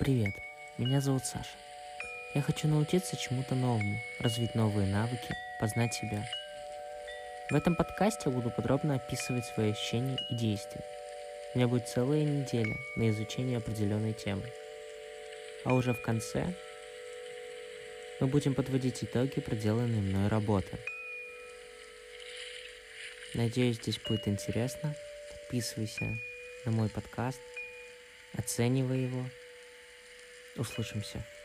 Привет, меня зовут Саша. Я хочу научиться чему-то новому, развить новые навыки, познать себя. В этом подкасте я буду подробно описывать свои ощущения и действия. У меня будет целая неделя на изучение определенной темы. А уже в конце мы будем подводить итоги проделанной мной работы. Надеюсь, здесь будет интересно. Подписывайся на мой подкаст, оценивай его. Услышимся.